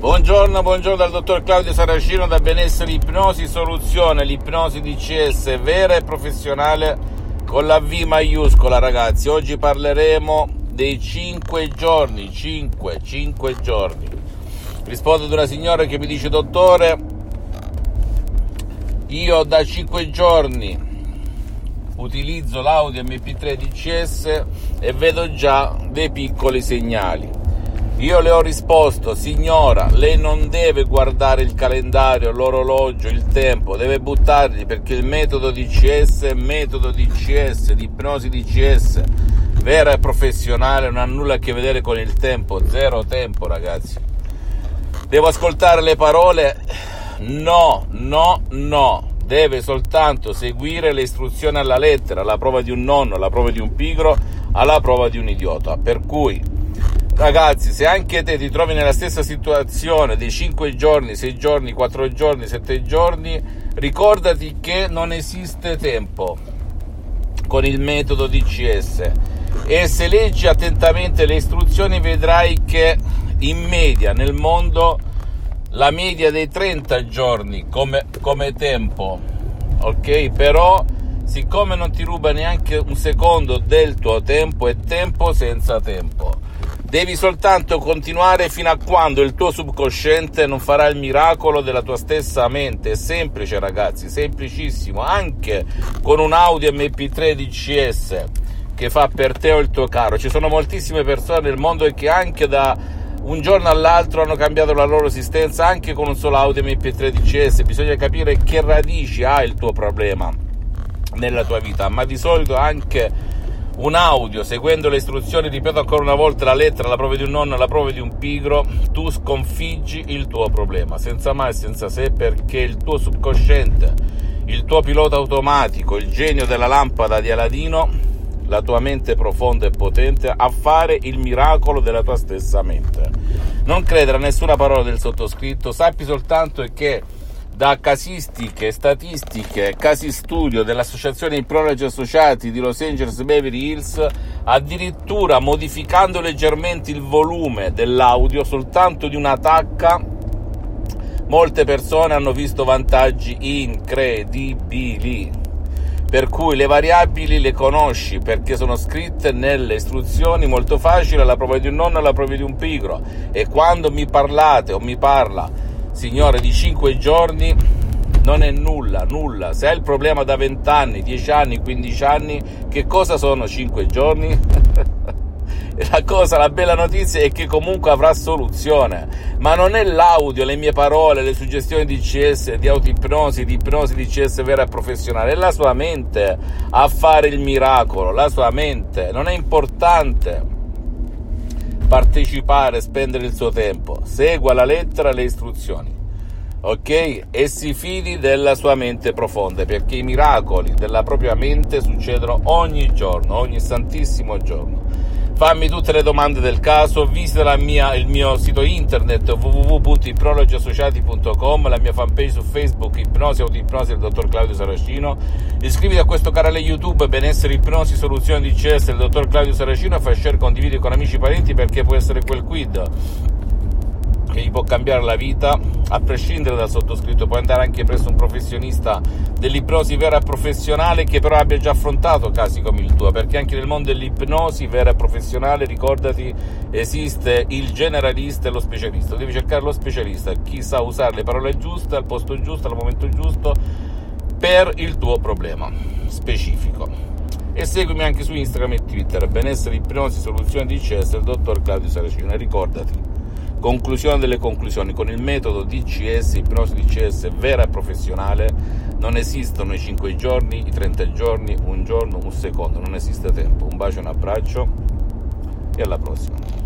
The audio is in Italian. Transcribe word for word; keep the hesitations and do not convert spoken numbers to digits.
Buongiorno, buongiorno dal dottor Claudio Saracino da Benessere Ipnosi Soluzione, l'ipnosi D C S vera e professionale con la V maiuscola, ragazzi. Oggi parleremo dei cinque giorni, cinque, cinque giorni. Rispondo ad una signora che mi dice: dottore, io da cinque giorni utilizzo l'audio M P tre D C S e vedo già dei piccoli segnali. Io le ho risposto: signora, lei non deve guardare il calendario, l'orologio, il tempo, deve buttarli, perché il metodo D C S è metodo D C S, di ipnosi D C S vera e professionale, non ha nulla a che vedere con il tempo, zero tempo, ragazzi. Devo ascoltare le parole? No, no, no. Deve soltanto seguire le istruzioni alla lettera, alla prova di un nonno, alla prova di un pigro, alla prova di un idiota. Per cui, ragazzi, se anche te ti trovi nella stessa situazione dei cinque giorni, sei giorni, quattro giorni, sette giorni, ricordati che non esiste tempo con il metodo D C S. E se leggi attentamente le istruzioni vedrai che in media nel mondo la media dei trenta giorni come, come tempo, ok? Però siccome non ti ruba neanche un secondo del tuo tempo, è tempo senza tempo. Devi soltanto continuare fino a quando il tuo subconsciente non farà il miracolo della tua stessa mente. È semplice, ragazzi, semplicissimo, anche con un audio M P tre D C S che fa per te o il tuo caro. Ci sono moltissime persone nel mondo che anche da un giorno all'altro hanno cambiato la loro esistenza anche con un solo audio M P tre D C S. Bisogna capire che radici ha il tuo problema nella tua vita, ma di solito anche un audio, seguendo le istruzioni, ripeto ancora una volta, la lettera, la prova di un nonno, la prova di un pigro, tu sconfiggi il tuo problema, senza mai e senza se, perché il tuo subconsciente, il tuo pilota automatico, il genio della lampada di Aladino, la tua mente profonda e potente, a fare il miracolo della tua stessa mente. Non credere a nessuna parola del sottoscritto, sappi soltanto che da casistiche, statistiche, casi studio dell'associazione Ipnologi Associati di Los Angeles Beverly Hills, addirittura modificando leggermente il volume dell'audio soltanto di una tacca, molte persone hanno visto vantaggi incredibili. Per cui le variabili le conosci perché sono scritte nelle istruzioni, molto facile, alla prova di un nonno, alla prova di un pigro. E quando mi parlate o mi parla, signore, di cinque giorni, non è nulla, nulla. Se hai il problema da venti anni, dieci anni, quindici anni, che cosa sono cinque giorni? La cosa, la bella notizia è che comunque avrà soluzione, ma non è l'audio, le mie parole, le suggestioni di D C S, di autoipnosi, di ipnosi D C S vera e professionale, è la sua mente a fare il miracolo, la sua mente. Non è importante partecipare, spendere il suo tempo, segua la lettera, le istruzioni, ok? E si fidi della sua mente profonda, perché i miracoli della propria mente succedono ogni giorno, ogni santissimo giorno. Fammi tutte le domande del caso, visita la mia, il mio sito internet w w w punto ipnologi associati punto com, la mia fanpage su Facebook Ipnosi Autoipnosi del dottor Claudio Saracino. Iscriviti a questo canale YouTube Benessere Ipnosi Soluzione D C S del dottor Claudio Saracino e fai share, condividi con amici e parenti, perché può essere quel quid che gli può cambiare la vita, a prescindere dal sottoscritto. Puoi andare anche presso un professionista dell'ipnosi vera e professionale che però abbia già affrontato casi come il tuo, perché anche nel mondo dell'ipnosi vera e professionale, ricordati, esiste il generalista e lo specialista. Devi cercare lo specialista, chi sa usare le parole giuste al posto giusto, al momento giusto per il tuo problema specifico. E seguimi anche su Instagram e Twitter, Benessere Ipnosi Soluzione D C S del dottor Claudio Saracino. E ricordati, conclusione delle conclusioni, con il metodo D C S, ipnosi D C S vera e professionale, non esistono i cinque giorni, i trenta giorni, un giorno, un secondo, non esiste tempo. Un bacio, un abbraccio e alla prossima.